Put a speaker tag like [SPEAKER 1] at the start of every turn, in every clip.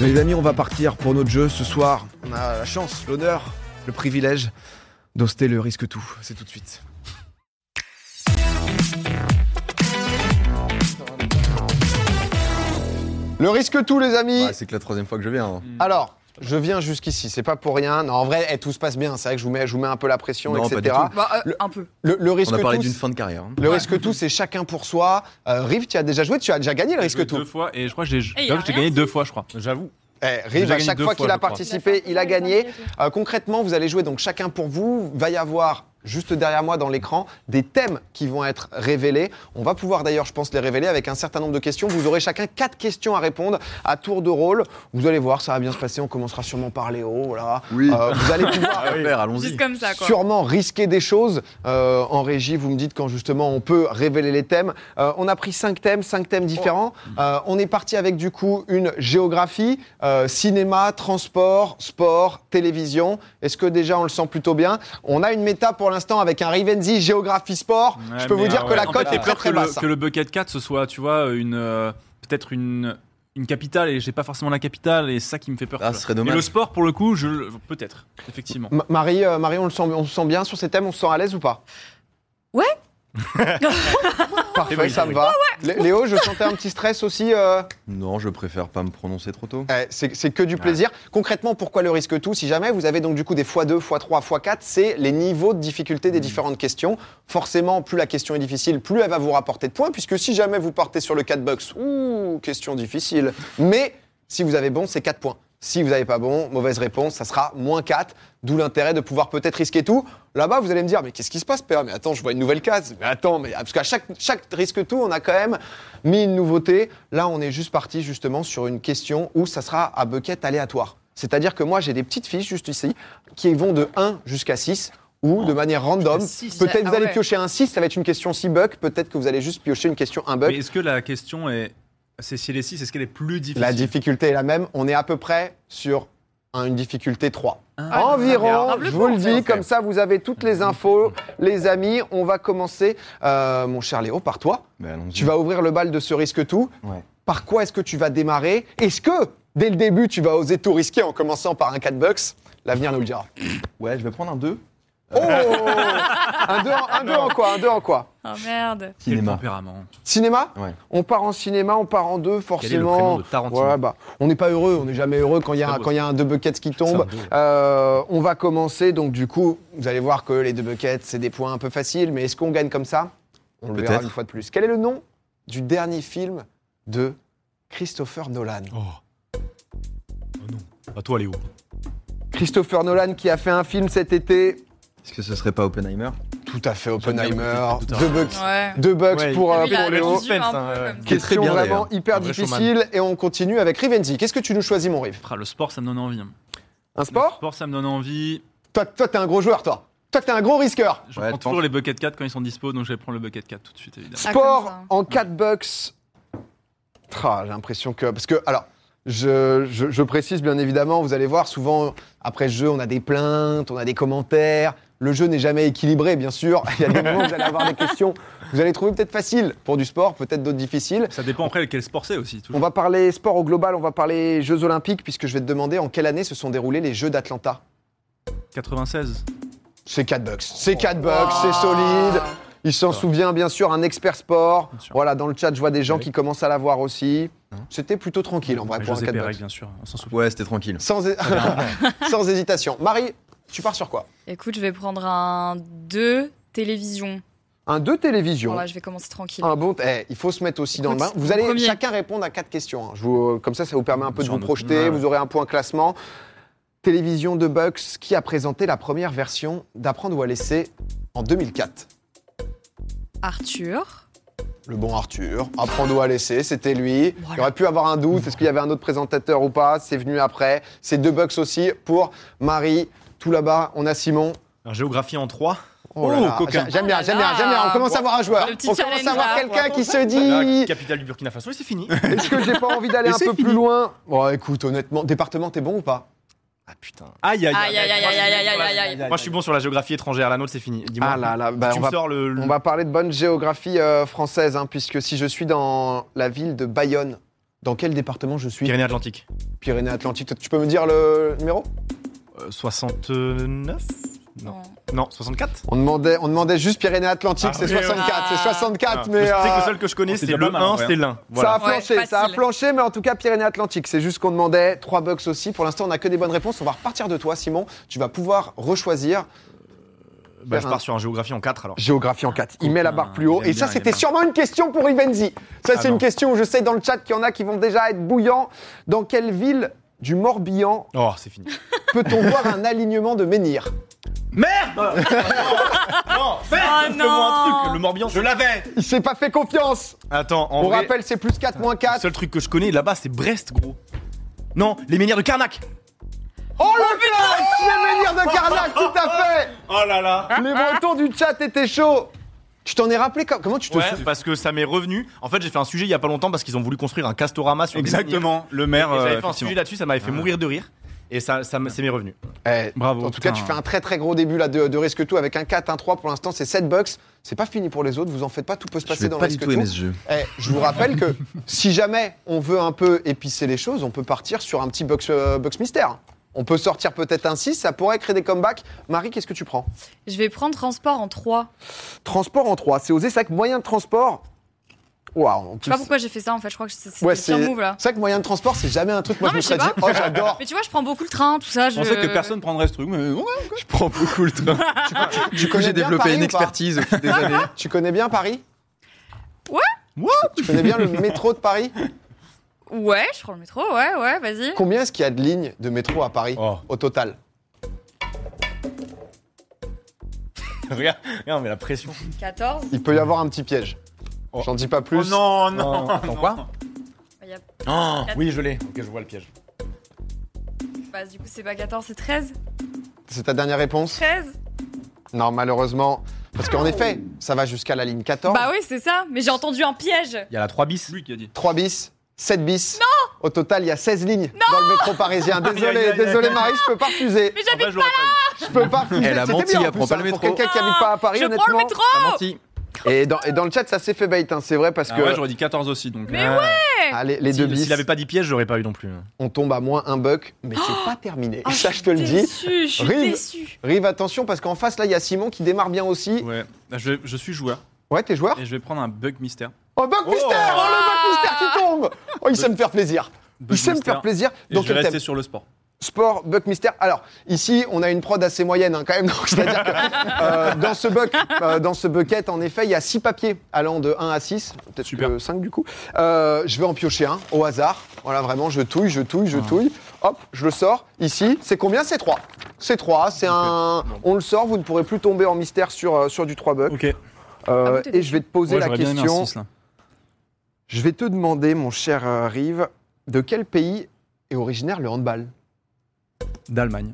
[SPEAKER 1] Les amis, on va partir pour notre jeu ce soir. On a la chance, l'honneur, le privilège d'hoster le risque tout. C'est tout de suite. Le risque tout, les amis.
[SPEAKER 2] C'est que la troisième fois que je viens. Hein.
[SPEAKER 1] Alors, je viens jusqu'ici, c'est pas pour rien. Non, en vrai, tout se passe bien. C'est vrai que je vous mets un peu la pression,
[SPEAKER 2] non,
[SPEAKER 1] etc.
[SPEAKER 2] Pas du tout.
[SPEAKER 3] Un peu.
[SPEAKER 1] Le risque
[SPEAKER 2] on a parlé
[SPEAKER 1] tout,
[SPEAKER 2] d'une fin de carrière. Hein.
[SPEAKER 1] Le risque tout, c'est chacun pour soi. Rive, tu as déjà joué, tu as déjà gagné le risque tout.
[SPEAKER 4] 2 fois et je crois que j'ai
[SPEAKER 3] rien
[SPEAKER 4] gagné 2 fois, je crois.
[SPEAKER 5] J'avoue.
[SPEAKER 1] Rive, à chaque fois qu'il a participé, il a gagné.
[SPEAKER 3] Ouais.
[SPEAKER 1] Concrètement, vous allez jouer donc chacun pour vous. Va y avoir juste derrière moi dans l'écran des thèmes qui vont être révélés. On va pouvoir d'ailleurs, je pense, les révéler avec un certain nombre de questions. Vous aurez chacun 4 questions à répondre à tour de rôle. Vous allez voir, ça va bien se passer. On commencera sûrement par Léo. Voilà.
[SPEAKER 2] Oui.
[SPEAKER 1] Vous allez pouvoir
[SPEAKER 2] Allons-y.
[SPEAKER 3] Juste comme ça, quoi.
[SPEAKER 1] sûrement risquer des choses. En régie, vous me dites quand justement on peut révéler les thèmes. On a pris 5 thèmes différents. On est parti avec du coup une géographie, cinéma, transport, sport, télévision. Est-ce que déjà on le sent plutôt bien? On a une méta pour l'instant avec un Rivenzi géographie sport.
[SPEAKER 4] Ouais,
[SPEAKER 1] Je peux vous dire que la
[SPEAKER 4] en
[SPEAKER 1] cote
[SPEAKER 4] fait,
[SPEAKER 1] est très très basse.
[SPEAKER 4] que le Bucket 4 ce soit, tu vois, peut-être une capitale et j'ai pas forcément la capitale et c'est ça qui me fait peur.
[SPEAKER 2] Ah, ce serait
[SPEAKER 4] Mais
[SPEAKER 2] dommage.
[SPEAKER 4] le sport pour le coup, peut-être, effectivement.
[SPEAKER 1] Marie, on se sent bien sur ces thèmes, on se sent à l'aise ou pas?
[SPEAKER 3] Ouais.
[SPEAKER 1] Parfait,
[SPEAKER 4] Oui,
[SPEAKER 1] ça me
[SPEAKER 4] oui.
[SPEAKER 1] va. Léo, je sentais un petit stress aussi.
[SPEAKER 2] Non, je préfère pas me prononcer trop tôt.
[SPEAKER 1] C'est que du plaisir. Concrètement, pourquoi le risque tout? Si jamais vous avez donc du coup des x2, x3, x4, c'est les niveaux de difficulté des différentes questions. Forcément, plus la question est difficile, plus elle va vous rapporter de points, puisque si jamais vous partez sur le 4 bucks, question difficile. Mais si vous avez bon, c'est 4 points. Si vous n'avez pas bon, mauvaise réponse, ça sera -4, d'où l'intérêt de pouvoir peut-être risquer tout. Là-bas, vous allez me dire, mais qu'est-ce qui se passe, PA? Mais attends, je vois une nouvelle case. Mais attends, parce qu'à chaque risque tout, on a quand même mis une nouveauté. Là, on est juste parti justement sur une question où ça sera à bucket aléatoire. C'est-à-dire que moi, j'ai des petites fiches juste ici qui vont de 1 jusqu'à 6 ou de manière random. Peut-être vous allez piocher un 6, ça va être une question 6 bucks. Peut-être que vous allez juste piocher une question 1 buck.
[SPEAKER 4] Mais est-ce que la question est. Si elle est 6, est-ce qu'elle est plus difficile?
[SPEAKER 1] La difficulté est la même. On est à peu près sur une difficulté 3.
[SPEAKER 3] Ah,
[SPEAKER 1] Environ,
[SPEAKER 3] bien.
[SPEAKER 1] je vous le dis, comme ça vous avez toutes les infos, les amis. On va commencer, mon cher Léo, par toi.
[SPEAKER 2] Allons-y.
[SPEAKER 1] Tu vas ouvrir le bal de ce risque tout.
[SPEAKER 2] Ouais.
[SPEAKER 1] Par quoi est-ce que tu vas démarrer? Est-ce que, dès le début, tu vas oser tout risquer en commençant par un 4 bucks? L'avenir nous le dira.
[SPEAKER 2] Ouais, je vais prendre un 2.
[SPEAKER 1] Oh un 2 en quoi? Un 2 en quoi?
[SPEAKER 3] Oh merde.
[SPEAKER 4] Quel
[SPEAKER 2] Cinéma.
[SPEAKER 4] tempérament.
[SPEAKER 1] Cinéma?
[SPEAKER 2] Ouais.
[SPEAKER 1] On part en cinéma, on part en 2, forcément.
[SPEAKER 4] Quel est le prénom de Tarantino?
[SPEAKER 1] Ouais, on n'est pas heureux, on n'est jamais heureux quand il y a un 2 buckets qui tombe. On va commencer, donc du coup, vous allez voir que les 2 buckets, c'est des points un peu faciles, mais est-ce qu'on gagne comme ça? On le verra
[SPEAKER 2] Peut-être.
[SPEAKER 1] une fois de plus. Quel est le nom du dernier film de Christopher Nolan?
[SPEAKER 4] Oh non. À toi, Léo.
[SPEAKER 1] Christopher Nolan qui a fait un film cet été.
[SPEAKER 2] Est-ce que ce serait pas Oppenheimer?
[SPEAKER 1] Tout à fait, Oppenheimer.
[SPEAKER 4] Tout à
[SPEAKER 1] 2
[SPEAKER 4] fait.
[SPEAKER 1] bucks.
[SPEAKER 3] Ouais.
[SPEAKER 1] 2 bucks
[SPEAKER 5] Ouais,
[SPEAKER 1] pour
[SPEAKER 3] Lui, il a
[SPEAKER 1] Léo.
[SPEAKER 3] visu un peu
[SPEAKER 5] suspense,
[SPEAKER 3] comme ça.
[SPEAKER 2] Qui est très
[SPEAKER 1] Question
[SPEAKER 2] bien,
[SPEAKER 1] vraiment
[SPEAKER 2] d'ailleurs.
[SPEAKER 1] hyper
[SPEAKER 5] Un vrai
[SPEAKER 1] difficile et on continue avec Rivenzi. Qu'est-ce que tu nous choisis, mon Riv?
[SPEAKER 4] Le sport, ça me donne envie.
[SPEAKER 1] Un
[SPEAKER 4] Le
[SPEAKER 1] sport?
[SPEAKER 4] sport, ça me donne envie.
[SPEAKER 1] Toi, t'es un gros joueur, toi. Toi, t'es un gros risqueur.
[SPEAKER 4] Je
[SPEAKER 2] Ouais,
[SPEAKER 4] prends
[SPEAKER 2] je
[SPEAKER 4] toujours
[SPEAKER 2] pense.
[SPEAKER 4] les Bucket 4 quand ils sont dispo, donc je vais prendre le Bucket 4 tout de suite, évidemment.
[SPEAKER 3] Ah,
[SPEAKER 1] Sport
[SPEAKER 3] comme ça.
[SPEAKER 1] en 4 bucks. J'ai l'impression que... Parce que, alors, je précise bien évidemment, vous allez voir, souvent, après ce jeu, on a des plaintes, on a des commentaires. Le jeu n'est jamais équilibré, bien sûr. Il y a des moments où vous allez avoir des questions. Vous allez trouver peut-être faciles pour du sport, peut-être d'autres difficiles.
[SPEAKER 4] Ça dépend après quel sport c'est aussi.
[SPEAKER 1] On
[SPEAKER 4] Toujours.
[SPEAKER 1] va parler sport au global, on va parler Jeux Olympiques, puisque je vais te demander en quelle année se sont déroulés les Jeux d'Atlanta.
[SPEAKER 4] 96.
[SPEAKER 1] C'est 4 bucks. C'est 4 bucks, c'est solide. Il s'en souvient, bien sûr, un expert sport.
[SPEAKER 4] Bien sûr.
[SPEAKER 1] Voilà, dans le chat, je vois des gens
[SPEAKER 4] Ouais.
[SPEAKER 1] qui commencent à l'avoir aussi.
[SPEAKER 2] Hein
[SPEAKER 1] C'était plutôt tranquille, en vrai,
[SPEAKER 4] Mais
[SPEAKER 1] pour un
[SPEAKER 4] José
[SPEAKER 1] 4
[SPEAKER 4] Pérec,
[SPEAKER 1] bucks.
[SPEAKER 4] bien sûr, on s'en souvient.
[SPEAKER 2] Ouais, c'était tranquille.
[SPEAKER 1] Sans hésitation. Marie, tu pars sur quoi?
[SPEAKER 3] Écoute, je vais prendre un 2 télévision.
[SPEAKER 1] Un 2 télévision.
[SPEAKER 3] Voilà, je vais commencer tranquille.
[SPEAKER 1] Un bon, il faut se mettre aussi dans le bain.
[SPEAKER 3] Écoute,
[SPEAKER 1] Vous allez
[SPEAKER 3] premier.
[SPEAKER 1] chacun répondre à 4 questions. Hein. Comme ça vous permet un peu de
[SPEAKER 4] Sur
[SPEAKER 1] vous
[SPEAKER 4] un
[SPEAKER 1] projeter.
[SPEAKER 4] autre-
[SPEAKER 1] Vous aurez un point classement. Télévision de Bucks qui a présenté la première version d'Apprendre ou à laisser en 2004.
[SPEAKER 3] Arthur.
[SPEAKER 1] Le bon Arthur, Apprendre ou à laisser, c'était lui.
[SPEAKER 3] Voilà.
[SPEAKER 1] Il aurait pu avoir un doute, est-ce qu'il y avait un autre présentateur ou pas? C'est venu après. C'est 2 bucks aussi pour Marie. Tout là-bas, on a Simon.
[SPEAKER 5] Alors, géographie en 3.
[SPEAKER 1] Oh là là,
[SPEAKER 4] coquin.
[SPEAKER 1] J'aime bien,
[SPEAKER 3] Oh là
[SPEAKER 1] j'aime bien, j'aime bien. On commence à avoir un joueur.
[SPEAKER 3] Le petit
[SPEAKER 1] On commence à
[SPEAKER 3] challenge,
[SPEAKER 1] avoir
[SPEAKER 3] là.
[SPEAKER 1] quelqu'un qui se
[SPEAKER 5] La
[SPEAKER 1] dit
[SPEAKER 5] capitale du Burkina Faso et c'est fini.
[SPEAKER 1] est-ce que j'ai pas envie d'aller un
[SPEAKER 5] Et c'est
[SPEAKER 1] peu plus
[SPEAKER 5] fini.
[SPEAKER 1] loin? Bon, écoute, honnêtement, département, t'es bon ou pas?
[SPEAKER 5] Ah putain.
[SPEAKER 3] Aïe, aïe, aïe, aïe, aïe, aïe, aïe.
[SPEAKER 5] Moi je suis bon sur la géographie étrangère, la nôtre c'est fini. Dis-moi.
[SPEAKER 1] Ah là là, bah,
[SPEAKER 5] tu
[SPEAKER 1] on
[SPEAKER 5] me
[SPEAKER 1] va,
[SPEAKER 5] sors le.
[SPEAKER 1] on va parler de bonne géographie française, hein, puisque si je suis dans la ville de Bayonne, Dans quel département je suis?
[SPEAKER 5] Pyrénées-Atlantiques.
[SPEAKER 1] Pyrénées-Atlantiques. Tu peux me dire le numéro?
[SPEAKER 5] 69? Non, 64?
[SPEAKER 1] On demandait juste Pyrénées-Atlantiques, c'est 64. C'est 64, mais.
[SPEAKER 5] Tu sais que le seul que je connais,
[SPEAKER 4] c'est
[SPEAKER 5] c'est
[SPEAKER 4] déjà
[SPEAKER 5] le
[SPEAKER 4] pas mal,
[SPEAKER 5] 1,
[SPEAKER 4] ouais.
[SPEAKER 5] c'est l'un. Voilà.
[SPEAKER 1] Ça a
[SPEAKER 3] facile.
[SPEAKER 1] flanché, mais en tout cas, Pyrénées-Atlantiques. C'est juste qu'on demandait 3 bucks aussi. Pour l'instant, on n'a que des bonnes réponses. On va repartir de toi, Simon. Tu vas pouvoir rechoisir
[SPEAKER 5] Bah, je pars sur un géographie en 4 alors.
[SPEAKER 1] géographie en 4. Il met la barre plus haut.
[SPEAKER 4] il aime
[SPEAKER 1] Et ça,
[SPEAKER 4] bien, il
[SPEAKER 1] c'était
[SPEAKER 4] aime bien.
[SPEAKER 1] sûrement une question pour Ivenzi. Ça, c'est
[SPEAKER 5] non.
[SPEAKER 1] une question où je sais dans le chat qu'il y en a qui vont déjà être bouillants. Dans quelle ville du Morbihan
[SPEAKER 5] Oh, c'est fini.
[SPEAKER 1] peut-on voir un alignement de menhirs?
[SPEAKER 5] Merde Non, fais-moi un truc. Le Morbihan, je l'avais.
[SPEAKER 1] Il s'est pas fait confiance.
[SPEAKER 5] Attends, en
[SPEAKER 1] On
[SPEAKER 5] vrai,
[SPEAKER 1] rappelle, c'est plus 4 moins
[SPEAKER 5] le
[SPEAKER 1] 4.
[SPEAKER 5] seul truc que je connais là-bas, c'est Brest, gros. Non, les menhirs de Carnac.
[SPEAKER 1] Oh le clutch! Les menhirs de Carnac, tout à fait.
[SPEAKER 5] Oh là là.
[SPEAKER 1] Les Bretons du chat étaient chauds. Tu t'en es rappelé comment tu te
[SPEAKER 5] Ouais,
[SPEAKER 1] souviens?
[SPEAKER 5] parce que ça m'est revenu. En fait, j'ai fait un sujet il y a pas longtemps parce qu'ils ont voulu construire un Castorama sur des
[SPEAKER 4] Exactement, le
[SPEAKER 5] menhirs.
[SPEAKER 4] maire.
[SPEAKER 5] Et j'avais fait un
[SPEAKER 4] effectivement.
[SPEAKER 5] sujet là-dessus, ça m'avait fait mourir de rire. Et ça m'est revenu.
[SPEAKER 4] Bravo.
[SPEAKER 1] En tout cas, tu fais un très très gros début là de Risque Tout avec un 4, un 3. Pour l'instant, c'est 7 bucks. C'est pas fini pour les autres. Vous en faites pas, tout peut se
[SPEAKER 2] Je
[SPEAKER 1] passer
[SPEAKER 2] vais
[SPEAKER 1] dans
[SPEAKER 2] pas
[SPEAKER 1] Risque
[SPEAKER 2] du
[SPEAKER 1] Tout.
[SPEAKER 2] tout aimer ce jeu.
[SPEAKER 1] Je vous rappelle que si jamais on veut un peu épicer les choses, on peut partir sur un petit box mystère. On peut sortir peut-être un 6, ça pourrait créer des comebacks. Marie, qu'est-ce que tu prends?
[SPEAKER 3] Je vais prendre transport en 3.
[SPEAKER 1] Transport en 3, c'est osé, c'est vrai que moyen de transport. Waouh,
[SPEAKER 3] Je sais pas pourquoi j'ai fait ça en fait, je crois que c'est
[SPEAKER 1] Ouais,
[SPEAKER 3] le pire move là.
[SPEAKER 1] c'est vrai que moyen de transport, c'est jamais un truc. Moi,
[SPEAKER 3] Non,
[SPEAKER 1] je me
[SPEAKER 3] mais je sais
[SPEAKER 1] serais dit, oh, j'adore.
[SPEAKER 3] Mais tu vois, je prends beaucoup le train, tout ça.
[SPEAKER 4] Je pensais que personne prendrait ce truc, mais ouais.
[SPEAKER 2] Je prends beaucoup le train. Du coup,
[SPEAKER 1] connais
[SPEAKER 2] j'ai
[SPEAKER 1] bien
[SPEAKER 2] développé
[SPEAKER 1] Paris
[SPEAKER 2] une
[SPEAKER 1] ou pas
[SPEAKER 2] expertise au fil des années.
[SPEAKER 1] Tu connais bien Paris?
[SPEAKER 3] Ouais.
[SPEAKER 1] Tu connais bien le métro de Paris?
[SPEAKER 3] Ouais, je prends le métro, ouais, vas-y.
[SPEAKER 1] Combien est-ce qu'il y a de lignes de métro à Paris
[SPEAKER 5] Oh.
[SPEAKER 1] au total?
[SPEAKER 5] Regarde, mais la pression.
[SPEAKER 3] 14.
[SPEAKER 1] Il peut y avoir un petit piège.
[SPEAKER 5] Oh.
[SPEAKER 1] J'en dis pas plus.
[SPEAKER 4] non, non.
[SPEAKER 5] Attends, quoi?
[SPEAKER 3] Il y a-
[SPEAKER 5] Oh, oui, je l'ai. Ok, je vois le piège.
[SPEAKER 3] bah, du coup, c'est pas 14, c'est 13.
[SPEAKER 1] C'est ta dernière réponse?
[SPEAKER 3] 13.
[SPEAKER 1] Non, malheureusement. Parce qu'en effet, ça va jusqu'à la ligne 14.
[SPEAKER 3] Bah oui, c'est ça, mais j'ai entendu un piège.
[SPEAKER 5] Il y a la 3 bis.
[SPEAKER 4] Lui qui a dit.
[SPEAKER 1] 3 bis, 7 bis. Non! Au total, il y a 16 lignes dans le métro parisien. Désolé Marie, je peux pas refuser.
[SPEAKER 3] Mais
[SPEAKER 4] En
[SPEAKER 3] j'habite
[SPEAKER 4] vrai, je l'aurais pas dit.
[SPEAKER 1] Je peux pas refuser.
[SPEAKER 2] Elle a
[SPEAKER 1] C'était
[SPEAKER 2] menti,
[SPEAKER 1] bien, en
[SPEAKER 2] elle
[SPEAKER 1] plus,
[SPEAKER 2] prend pas
[SPEAKER 1] hein,
[SPEAKER 2] le
[SPEAKER 1] pour
[SPEAKER 2] métro.
[SPEAKER 1] quelqu'un qui habite pas à Paris,
[SPEAKER 3] je
[SPEAKER 1] honnêtement.
[SPEAKER 3] prends le métro.
[SPEAKER 2] T'as menti.
[SPEAKER 1] Et dans le chat, ça s'est fait bait, hein, c'est vrai, parce
[SPEAKER 4] Ah
[SPEAKER 1] que
[SPEAKER 4] ouais, j'aurais dit 14 aussi, donc.
[SPEAKER 3] Mais ouais.
[SPEAKER 1] ah, les deux bis,
[SPEAKER 5] S'il avait pas dit piège, j'aurais pas eu non plus.
[SPEAKER 1] on tombe à moins 1 buck, mais c'est pas terminé.
[SPEAKER 3] Oh,
[SPEAKER 1] Ça, je te le dis.
[SPEAKER 3] Je suis
[SPEAKER 1] Rive.
[SPEAKER 3] déçue.
[SPEAKER 1] Rive, attention, parce qu'en face, là, il y a Simon qui démarre bien aussi.
[SPEAKER 4] Ouais. Je suis joueur
[SPEAKER 1] Ouais, t'es joueur?
[SPEAKER 4] et je vais prendre un bug mystère.
[SPEAKER 1] Oh, Buck Mystère! Oh, le Buck Mystère qui tombe! Oh, il sait me faire plaisir.
[SPEAKER 4] Bug
[SPEAKER 1] Il sait me
[SPEAKER 4] mystère.
[SPEAKER 1] faire plaisir.
[SPEAKER 4] Et
[SPEAKER 1] Donc,
[SPEAKER 4] je vais
[SPEAKER 1] quel
[SPEAKER 4] rester
[SPEAKER 1] thème?
[SPEAKER 4] sur le sport.
[SPEAKER 1] Sport, Buck Mystère. Alors, ici, on a une prod assez moyenne, hein, quand même. Donc, c'est-à-dire que dans ce bucket, en effet, il y a 6 papiers allant de 1 à 6. Peut-être
[SPEAKER 4] Super.
[SPEAKER 1] que 5 du coup. Je vais en piocher un au hasard. Voilà, vraiment, je touille. Hop, je le sors. Ici, c'est combien? C'est 3. C'est 3. C'est un. On le sort, vous ne pourrez plus tomber en mystère sur du 3 bucks.
[SPEAKER 4] Ok.
[SPEAKER 3] Ah, vous, t'es
[SPEAKER 1] Et je vais te poser la
[SPEAKER 4] J'aurais bien aimé un
[SPEAKER 1] question.
[SPEAKER 4] 6 là.
[SPEAKER 1] Je vais te demander, mon cher Rive, de quel pays est originaire le handball?
[SPEAKER 4] D'Allemagne.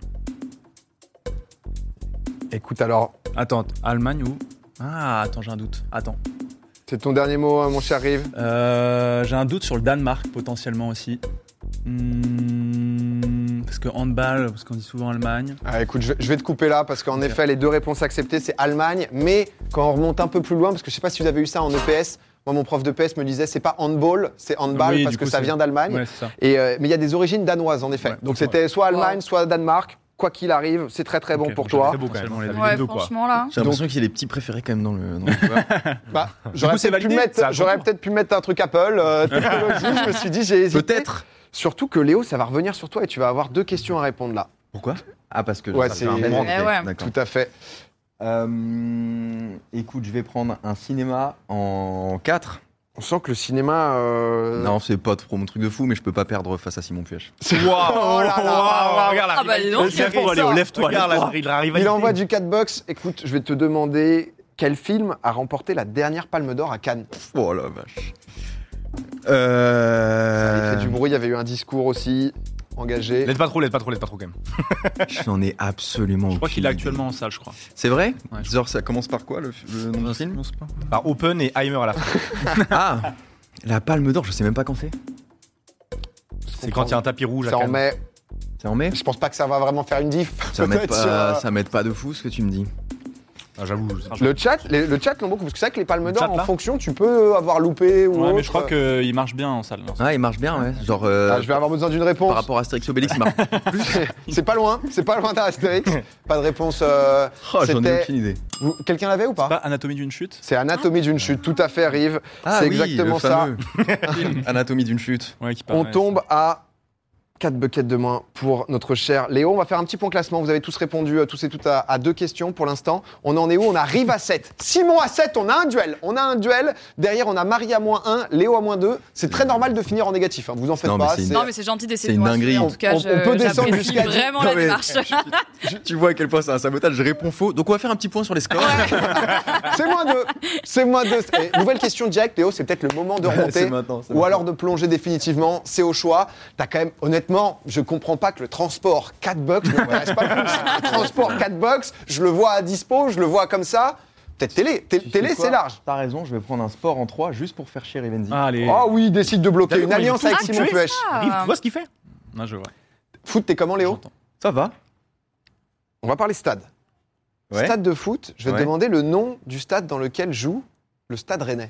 [SPEAKER 1] Écoute, alors,
[SPEAKER 4] Attends, Allemagne ou. Ah, attends, j'ai un doute. Attends.
[SPEAKER 1] c'est ton dernier mot, mon cher Rive?
[SPEAKER 4] J'ai un doute sur le Danemark potentiellement aussi. Parce que handball, parce qu'on dit souvent Allemagne.
[SPEAKER 1] Ah, écoute, je vais te couper là parce qu'en
[SPEAKER 4] Ok.
[SPEAKER 1] effet, les 2 réponses acceptées, c'est Allemagne. Mais quand on remonte un peu plus loin, parce que je sais pas si vous avez eu ça en EPS, moi, mon prof d'EPS me disait c'est pas handball, c'est handball
[SPEAKER 4] Oui,
[SPEAKER 1] parce
[SPEAKER 4] du
[SPEAKER 1] que
[SPEAKER 4] coup,
[SPEAKER 1] ça
[SPEAKER 4] c'est-
[SPEAKER 1] vient d'Allemagne.
[SPEAKER 4] Ouais, c'est ça.
[SPEAKER 1] Mais il y a des origines danoises, en effet.
[SPEAKER 4] Ouais,
[SPEAKER 1] Donc
[SPEAKER 4] c'est
[SPEAKER 1] c'était soit Allemagne,
[SPEAKER 3] Wow.
[SPEAKER 1] soit Danemark. Quoi qu'il arrive, c'est très très bon
[SPEAKER 4] Ok,
[SPEAKER 1] pour
[SPEAKER 4] bon,
[SPEAKER 1] toi.
[SPEAKER 5] Très beau quand même.
[SPEAKER 4] Potentiellement les deux.
[SPEAKER 3] Ouais,
[SPEAKER 5] deux, quoi.
[SPEAKER 3] franchement là.
[SPEAKER 2] J'ai l'impression qu'il y a les petits préférés quand même dans le joueur.
[SPEAKER 1] Bah, j'aurais
[SPEAKER 4] c'est
[SPEAKER 1] peut-être pu
[SPEAKER 4] validé,
[SPEAKER 1] mettre,
[SPEAKER 5] c'est à ton
[SPEAKER 1] j'aurais
[SPEAKER 5] tour.
[SPEAKER 1] peut-être pu mettre un truc Apple, technologie. Je me suis dit, j'ai hésité.
[SPEAKER 2] Peut-être.
[SPEAKER 1] Surtout que Léo, ça va revenir sur toi et tu vas avoir 2 questions à répondre là.
[SPEAKER 2] Pourquoi? Ah, parce que
[SPEAKER 1] Ouais,
[SPEAKER 2] ça
[SPEAKER 1] c'est-
[SPEAKER 2] fait un boomerang.
[SPEAKER 3] Eh
[SPEAKER 2] Ok,
[SPEAKER 3] ouais.
[SPEAKER 2] D'accord.
[SPEAKER 1] Tout à fait.
[SPEAKER 2] Écoute, je vais prendre un cinéma en 4.
[SPEAKER 1] On sent que le cinéma.
[SPEAKER 2] Non, c'est pas trop mon truc de fou, mais je peux pas perdre face à Simon Puech.
[SPEAKER 1] Oh là là.
[SPEAKER 5] Regarde
[SPEAKER 3] Ah bah, dis donc,
[SPEAKER 5] Lève-toi,
[SPEAKER 1] c'est pour
[SPEAKER 5] Léo,
[SPEAKER 1] ça.
[SPEAKER 5] lève-toi.
[SPEAKER 1] Regarde,
[SPEAKER 5] Regarde, il arrive à
[SPEAKER 1] Il envoie du 4 box. Écoute, je vais te demander quel film a remporté la dernière Palme d'Or à Cannes.
[SPEAKER 2] Oh la vache.
[SPEAKER 1] Ça il fait du bruit, il y avait eu un discours aussi engagé.
[SPEAKER 5] L'aide pas trop quand même.
[SPEAKER 2] J'en ai absolument
[SPEAKER 4] Je crois qu'il est
[SPEAKER 2] aucune
[SPEAKER 4] actuellement en salle, je crois.
[SPEAKER 2] idée. C'est vrai?
[SPEAKER 4] Ouais, je
[SPEAKER 2] Genre, ça commence par quoi le nom du film?
[SPEAKER 5] Par Open et Heimer à la fin.
[SPEAKER 2] Ah, la Palme d'Or, je sais même pas quand c'est.
[SPEAKER 5] C'est quand il y a un tapis rouge à
[SPEAKER 1] Ça en
[SPEAKER 5] Cannes.
[SPEAKER 1] met.
[SPEAKER 2] C'est en mai?
[SPEAKER 1] Je pense pas que ça va vraiment faire une diff.
[SPEAKER 2] Ça m'aide
[SPEAKER 1] peut-être
[SPEAKER 2] pas,
[SPEAKER 1] sur,
[SPEAKER 2] ça m'aide pas de fou ce que tu me dis.
[SPEAKER 5] Ah, j'avoue.
[SPEAKER 1] Le chat l'ont beaucoup, parce que c'est vrai que les palmes
[SPEAKER 4] Le
[SPEAKER 1] d'or,
[SPEAKER 4] chat,
[SPEAKER 1] en
[SPEAKER 4] là
[SPEAKER 1] fonction, tu peux avoir loupé ou
[SPEAKER 4] Ouais,
[SPEAKER 1] autre.
[SPEAKER 4] mais je crois qu'il marche bien en salle.
[SPEAKER 2] Ah, il marche bien, ouais. Genre,
[SPEAKER 1] Je vais avoir besoin d'une réponse.
[SPEAKER 2] par rapport à Astérix Obélix, il marche plus.
[SPEAKER 1] C'est pas loin d'Astérix. Pas de réponse.
[SPEAKER 2] Oh, j'en ai
[SPEAKER 1] c'était-
[SPEAKER 2] aucune idée.
[SPEAKER 1] Quelqu'un l'avait ou
[SPEAKER 4] Pas
[SPEAKER 1] pas
[SPEAKER 4] Anatomie d'une chute.
[SPEAKER 1] C'est Anatomie d'une chute, tout à fait, arrive.
[SPEAKER 2] Ah
[SPEAKER 1] C'est
[SPEAKER 2] oui,
[SPEAKER 1] exactement
[SPEAKER 2] le
[SPEAKER 1] ça.
[SPEAKER 2] fameux Anatomie d'une chute.
[SPEAKER 4] Ouais, qui
[SPEAKER 1] On
[SPEAKER 4] paraît,
[SPEAKER 1] tombe à 4 buckets de moins pour notre cher Léo. On va faire un petit point classement. Vous avez tous répondu, tous et toutes, à 2 questions pour l'instant. On en est où? On arrive à 7. Simon à 7, on a un duel. Derrière, on a Marie à -1, Léo à -2. C'est très normal de finir en négatif, hein. Vous en faites
[SPEAKER 2] Non, mais
[SPEAKER 1] pas.
[SPEAKER 2] c'est une-
[SPEAKER 3] Non, mais c'est gentil d'essayer
[SPEAKER 2] C'est
[SPEAKER 3] de
[SPEAKER 2] une
[SPEAKER 3] me rassurer.
[SPEAKER 2] dinguerie.
[SPEAKER 3] En tout cas,
[SPEAKER 1] On peut descendre
[SPEAKER 3] j'apprécie
[SPEAKER 1] jusqu'à-
[SPEAKER 3] vraiment
[SPEAKER 2] Non,
[SPEAKER 3] la
[SPEAKER 2] mais-
[SPEAKER 3] démarche.
[SPEAKER 2] Tu vois à quel point c'est un sabotage, je réponds faux. Donc on va faire un petit point sur les scores.
[SPEAKER 1] C'est -2. C'est -2. Et nouvelle question directe, Léo. C'est peut-être le moment de remonter.
[SPEAKER 2] C'est maintenant, c'est
[SPEAKER 1] Ou alors de plonger définitivement, c'est au choix. T'as quand même, honnêtement, je comprends pas que le transport 4 bucks ne m'intéresse pas plus. Le transport 4 bucks, je le vois à dispo, je le vois comme ça. Peut-être télé. Télé, c'est large.
[SPEAKER 2] T'as raison, je vais prendre un sport en 3 juste pour faire chier Rivenzi.
[SPEAKER 4] Allez.
[SPEAKER 1] Oh oui, décide de bloquer
[SPEAKER 5] T'as vu
[SPEAKER 1] une
[SPEAKER 5] comment il
[SPEAKER 1] alliance
[SPEAKER 5] joue
[SPEAKER 1] avec
[SPEAKER 3] tout
[SPEAKER 1] Simon
[SPEAKER 3] Ah,
[SPEAKER 1] Puech.
[SPEAKER 5] Rive, tu vois ce qu'il fait?
[SPEAKER 4] Non, je vois.
[SPEAKER 1] Foot, t'es comment, Léo?
[SPEAKER 4] J'entends.
[SPEAKER 2] Ça va.
[SPEAKER 1] On va parler stade.
[SPEAKER 2] Ouais.
[SPEAKER 1] Stade de foot, je vais te
[SPEAKER 2] Ouais.
[SPEAKER 1] demander le nom du stade dans lequel joue le Stade Rennais.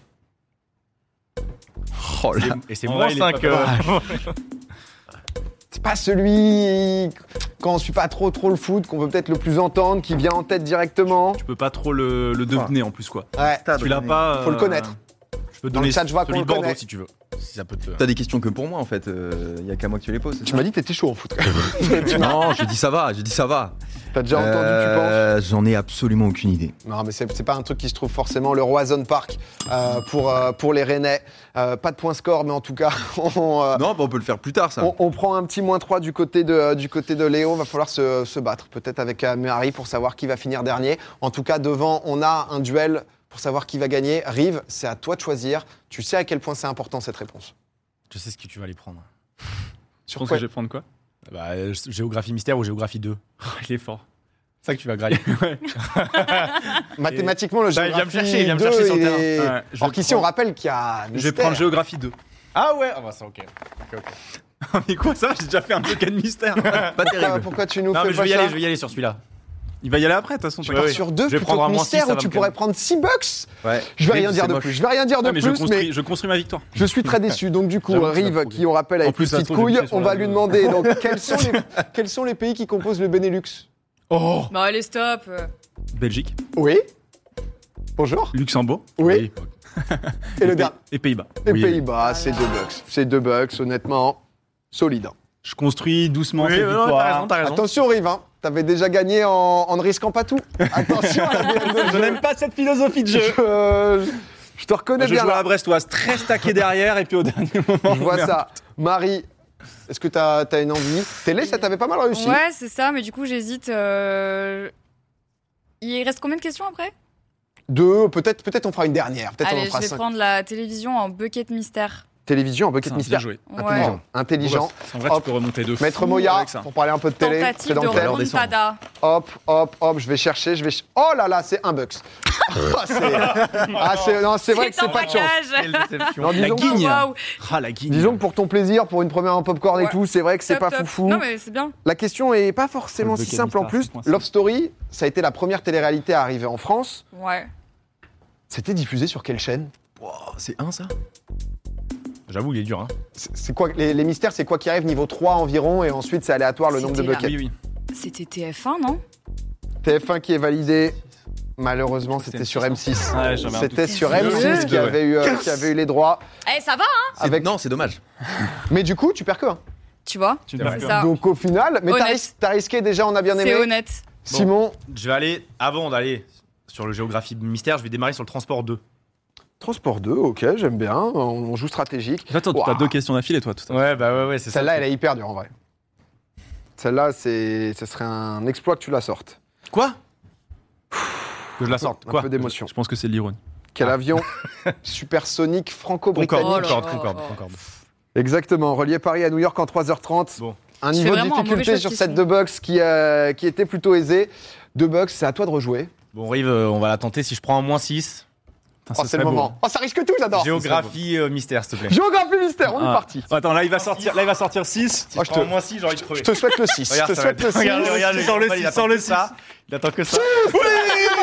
[SPEAKER 2] Oh là.
[SPEAKER 5] Et c'est
[SPEAKER 4] En
[SPEAKER 5] moins
[SPEAKER 4] vrai, il est
[SPEAKER 5] 5.
[SPEAKER 4] pas
[SPEAKER 1] C'est pas celui, quand on suit pas trop le foot, qu'on veut peut-être le plus entendre, qui vient en tête directement.
[SPEAKER 4] Tu peux pas trop le devenir en plus, quoi.
[SPEAKER 1] Ouais,
[SPEAKER 4] Tu l'as pas.
[SPEAKER 1] faut le connaître.
[SPEAKER 5] Je peux
[SPEAKER 1] Dans le
[SPEAKER 5] donner
[SPEAKER 1] chat, je vois
[SPEAKER 5] celui
[SPEAKER 1] qu'on
[SPEAKER 5] de
[SPEAKER 1] le
[SPEAKER 5] Bordeaux
[SPEAKER 1] connaît.
[SPEAKER 5] si tu veux. Si ça peut te.
[SPEAKER 2] T'as des questions que pour moi en fait. Y a qu'à moi que tu les poses. c'est
[SPEAKER 1] Tu
[SPEAKER 2] ça
[SPEAKER 1] m'as dit que t'étais chaud en foot.
[SPEAKER 2] Non, j'ai dit ça va. J'ai dit ça va.
[SPEAKER 1] T'as déjà entendu,
[SPEAKER 2] J'en ai absolument aucune idée.
[SPEAKER 1] tu penses? Non, mais c'est pas un truc qui se trouve forcément. Le Roazhon Park pour les Rennais. Pas de point score, mais en tout cas,
[SPEAKER 2] Non, bah, on peut le faire plus tard ça.
[SPEAKER 1] on prend un petit -3 du côté de Léo. Va falloir se battre, peut-être avec Marie, pour savoir qui va finir dernier. En tout cas, devant, on a un duel pour savoir qui va gagner. Rive, c'est à toi de choisir. Tu sais à quel point c'est important cette réponse.
[SPEAKER 5] Je sais ce que tu vas aller prendre.
[SPEAKER 4] Je
[SPEAKER 1] Sur
[SPEAKER 4] pense
[SPEAKER 1] quoi
[SPEAKER 4] que je vais prendre quoi?
[SPEAKER 5] Bah, géographie mystère ou géographie 2.
[SPEAKER 4] Il est fort.
[SPEAKER 5] C'est ça que tu vas grailler.
[SPEAKER 1] Mathématiquement, le
[SPEAKER 5] Bah, il vient
[SPEAKER 1] géographie
[SPEAKER 5] me chercher, il vient me
[SPEAKER 1] 2,
[SPEAKER 5] chercher sur le
[SPEAKER 1] il
[SPEAKER 5] terrain.
[SPEAKER 1] est-
[SPEAKER 4] Ouais, je
[SPEAKER 1] Or
[SPEAKER 4] vais
[SPEAKER 1] qu'ici,
[SPEAKER 4] prendre-
[SPEAKER 1] on rappelle qu'il y a
[SPEAKER 4] Je vais
[SPEAKER 1] mystère.
[SPEAKER 4] prendre géographie 2.
[SPEAKER 5] Ah ouais, ah bah c'est ok.
[SPEAKER 4] Mais quoi ça? J'ai déjà fait un bucket mystère.
[SPEAKER 2] Pas terrible.
[SPEAKER 1] Pourquoi tu nous
[SPEAKER 5] Non
[SPEAKER 1] fais
[SPEAKER 5] mais je
[SPEAKER 1] pas
[SPEAKER 5] vais y
[SPEAKER 1] ça
[SPEAKER 5] aller, je vais y aller sur celui-là.
[SPEAKER 4] Il va y aller après, de toute façon.
[SPEAKER 1] Tu
[SPEAKER 4] t'as
[SPEAKER 1] pars
[SPEAKER 5] oui.
[SPEAKER 1] sur 2
[SPEAKER 5] Je vais
[SPEAKER 1] plutôt
[SPEAKER 5] prendre
[SPEAKER 1] que
[SPEAKER 5] un -6,
[SPEAKER 1] mystère
[SPEAKER 5] ça
[SPEAKER 1] où
[SPEAKER 5] va
[SPEAKER 1] tu
[SPEAKER 5] me
[SPEAKER 1] pourrais
[SPEAKER 5] calmer.
[SPEAKER 1] prendre 6 bucks.
[SPEAKER 2] Ouais.
[SPEAKER 1] Je vais rien dire
[SPEAKER 2] C'est
[SPEAKER 1] de
[SPEAKER 2] moche.
[SPEAKER 1] plus. Je vais rien dire de
[SPEAKER 4] Ouais, mais
[SPEAKER 1] plus,
[SPEAKER 4] je construis ma victoire.
[SPEAKER 1] je suis très déçu. Donc du coup,
[SPEAKER 4] J'avoue que tu vas
[SPEAKER 1] Rive,
[SPEAKER 4] prouver.
[SPEAKER 1] qui on rappelle avec
[SPEAKER 4] En plus,
[SPEAKER 1] une
[SPEAKER 4] ça se
[SPEAKER 1] petite
[SPEAKER 4] trouve, j'ai
[SPEAKER 1] couille,
[SPEAKER 4] pied sur
[SPEAKER 1] on
[SPEAKER 4] la
[SPEAKER 1] va lui
[SPEAKER 4] gueule.
[SPEAKER 1] demander donc quels sont les pays qui composent le Benelux.
[SPEAKER 5] Oh
[SPEAKER 3] Bon, allez, stop.
[SPEAKER 4] Belgique,
[SPEAKER 1] Oui. Bonjour.
[SPEAKER 4] Luxembourg
[SPEAKER 1] Oui. Et le dernier.
[SPEAKER 4] et Pays-Bas.
[SPEAKER 1] Les
[SPEAKER 5] Oui.
[SPEAKER 1] Pays-Bas, c'est 2 bucks. C'est 2 bucks, honnêtement, solide.
[SPEAKER 4] Je construis doucement
[SPEAKER 5] Oui,
[SPEAKER 4] cette
[SPEAKER 5] non,
[SPEAKER 4] victoire.
[SPEAKER 5] t'as raison, t'as raison.
[SPEAKER 1] Attention, Rive, hein. T'avais déjà gagné en ne risquant pas tout. Attention à la BM de
[SPEAKER 4] Je
[SPEAKER 1] jeu.
[SPEAKER 4] n'aime pas cette philosophie de jeu.
[SPEAKER 1] Je te reconnais
[SPEAKER 4] Je
[SPEAKER 1] bien
[SPEAKER 4] joue à
[SPEAKER 1] là.
[SPEAKER 4] la Brestoise, très stacké derrière et puis au dernier moment.
[SPEAKER 1] Je vois
[SPEAKER 4] merde.
[SPEAKER 1] ça. Marie, est-ce que t'as une envie? Télé, ça t'avait pas mal réussi.
[SPEAKER 3] Ouais, c'est ça, mais du coup, j'hésite. Il reste combien de questions après?
[SPEAKER 1] 2, peut-être on fera une dernière. Peut-être on en
[SPEAKER 3] Allez,
[SPEAKER 1] fera
[SPEAKER 3] je vais
[SPEAKER 1] 5.
[SPEAKER 3] prendre la télévision en bucket mystère.
[SPEAKER 1] Télévision, un bucket
[SPEAKER 4] Bien
[SPEAKER 1] mystère.
[SPEAKER 4] joué.
[SPEAKER 1] Intelligent.
[SPEAKER 3] Ouais.
[SPEAKER 1] Intelligent.
[SPEAKER 4] En vrai,
[SPEAKER 1] Hop.
[SPEAKER 4] tu peux remonter deux
[SPEAKER 1] Maître
[SPEAKER 4] fous
[SPEAKER 1] Moya,
[SPEAKER 4] avec ça.
[SPEAKER 1] pour parler un peu de télé. C'est
[SPEAKER 3] Tentative
[SPEAKER 1] dans
[SPEAKER 3] de
[SPEAKER 1] le thème.
[SPEAKER 3] remontada.
[SPEAKER 1] Hop, je vais chercher, Oh là là, c'est 1 bucks. Non, c'est vrai que c'est pas de chance.
[SPEAKER 5] Quelle déception.
[SPEAKER 1] Non,
[SPEAKER 4] La
[SPEAKER 1] disons,
[SPEAKER 4] guigne.
[SPEAKER 3] Waouh.
[SPEAKER 4] Ah, la guigne.
[SPEAKER 1] disons que pour ton plaisir, pour une première en popcorn et
[SPEAKER 3] Ouais.
[SPEAKER 1] tout, c'est vrai que c'est
[SPEAKER 3] Top,
[SPEAKER 1] pas
[SPEAKER 3] top.
[SPEAKER 1] foufou.
[SPEAKER 3] Non, mais c'est bien.
[SPEAKER 1] La question est pas forcément
[SPEAKER 4] Le
[SPEAKER 1] si
[SPEAKER 4] bucket
[SPEAKER 1] simple en
[SPEAKER 4] mystère,
[SPEAKER 1] plus.
[SPEAKER 4] c'est coincé.
[SPEAKER 1] Love Story, ça a été la première télé-réalité à arriver en France.
[SPEAKER 3] Ouais.
[SPEAKER 1] C'était diffusé sur quelle chaîne?
[SPEAKER 2] Wow, c'est 1 ça.
[SPEAKER 5] J'avoue, il est dur. Hein.
[SPEAKER 1] C'est quoi les mystères, c'est quoi qui arrive niveau 3 environ et ensuite c'est aléatoire le nombre de
[SPEAKER 3] C'était
[SPEAKER 1] buckets.
[SPEAKER 4] Oui, oui.
[SPEAKER 3] C'était TF1, non?
[SPEAKER 1] TF1 qui est validé. Malheureusement,
[SPEAKER 4] C'était
[SPEAKER 1] c'était sur
[SPEAKER 4] M6.
[SPEAKER 1] M6.
[SPEAKER 4] Ouais, j'avais un
[SPEAKER 1] C'était
[SPEAKER 4] doute.
[SPEAKER 1] sur
[SPEAKER 3] Sérieux
[SPEAKER 1] M6 qui avait eu les droits.
[SPEAKER 3] Eh, ça va, hein?
[SPEAKER 1] Avec-
[SPEAKER 2] Non, c'est dommage.
[SPEAKER 1] Mais du coup, tu perds que 1.
[SPEAKER 3] Tu vois?
[SPEAKER 4] Tu ne
[SPEAKER 5] C'est
[SPEAKER 4] perds
[SPEAKER 3] vrai.
[SPEAKER 4] que
[SPEAKER 3] Ça.
[SPEAKER 1] Donc au final, mais
[SPEAKER 3] Honnête.
[SPEAKER 1] t'as risqué déjà, on a bien aimé.
[SPEAKER 3] C'est honnête.
[SPEAKER 1] Simon,
[SPEAKER 5] Je vais aller, avant d'aller sur le géographie mystère, je vais démarrer sur le transport 2.
[SPEAKER 1] transport 2, ok, j'aime bien. On joue stratégique.
[SPEAKER 4] Attends,
[SPEAKER 1] Ouah.
[SPEAKER 4] t'as 2 questions d'affilée, toi, tout à l'heure.
[SPEAKER 5] Ouais, c'est ça.
[SPEAKER 1] Celle-là, elle est hyper dure en vrai. Celle-là, ce serait un exploit que tu la sortes.
[SPEAKER 5] Quoi Que je la sorte.
[SPEAKER 1] Un
[SPEAKER 5] Quoi
[SPEAKER 1] peu d'émotion.
[SPEAKER 4] Je pense que c'est de l'ironie.
[SPEAKER 1] Quel avion supersonique franco-britannique.
[SPEAKER 3] Oh là
[SPEAKER 5] Concorde.
[SPEAKER 1] Exactement, relié Paris à New York en 3h30.
[SPEAKER 5] Bon.
[SPEAKER 1] Un
[SPEAKER 3] Je
[SPEAKER 1] niveau
[SPEAKER 3] fais
[SPEAKER 1] de
[SPEAKER 3] vraiment un mauvais
[SPEAKER 1] difficulté
[SPEAKER 3] choix de
[SPEAKER 1] sur
[SPEAKER 3] question.
[SPEAKER 1] cette 2 box qui était plutôt aisé. 2 box, c'est à toi de rejouer.
[SPEAKER 5] Bon, Rive, on va la tenter. Si je prends un -6,
[SPEAKER 4] Putain,
[SPEAKER 1] Oh,
[SPEAKER 4] ça
[SPEAKER 1] c'est le
[SPEAKER 4] serait beau.
[SPEAKER 1] moment. Oh, ça risque tout, j'adore.
[SPEAKER 5] géographie mystère, s'il te plaît.
[SPEAKER 1] Géographie mystère, on est
[SPEAKER 4] Ah.
[SPEAKER 1] parti.
[SPEAKER 4] Attends, là, il va sortir 6.
[SPEAKER 5] Si
[SPEAKER 1] Oh,
[SPEAKER 5] je prends un -6, j'ai envie de crever.
[SPEAKER 1] Je te souhaite le 6.
[SPEAKER 5] Regarde,
[SPEAKER 1] je te
[SPEAKER 5] ça va
[SPEAKER 1] souhaite le
[SPEAKER 5] être-
[SPEAKER 1] 6.
[SPEAKER 5] regarde,
[SPEAKER 4] Sors le
[SPEAKER 5] il
[SPEAKER 4] 6,
[SPEAKER 5] attend
[SPEAKER 4] sors le
[SPEAKER 5] que ça. Il attend que ça.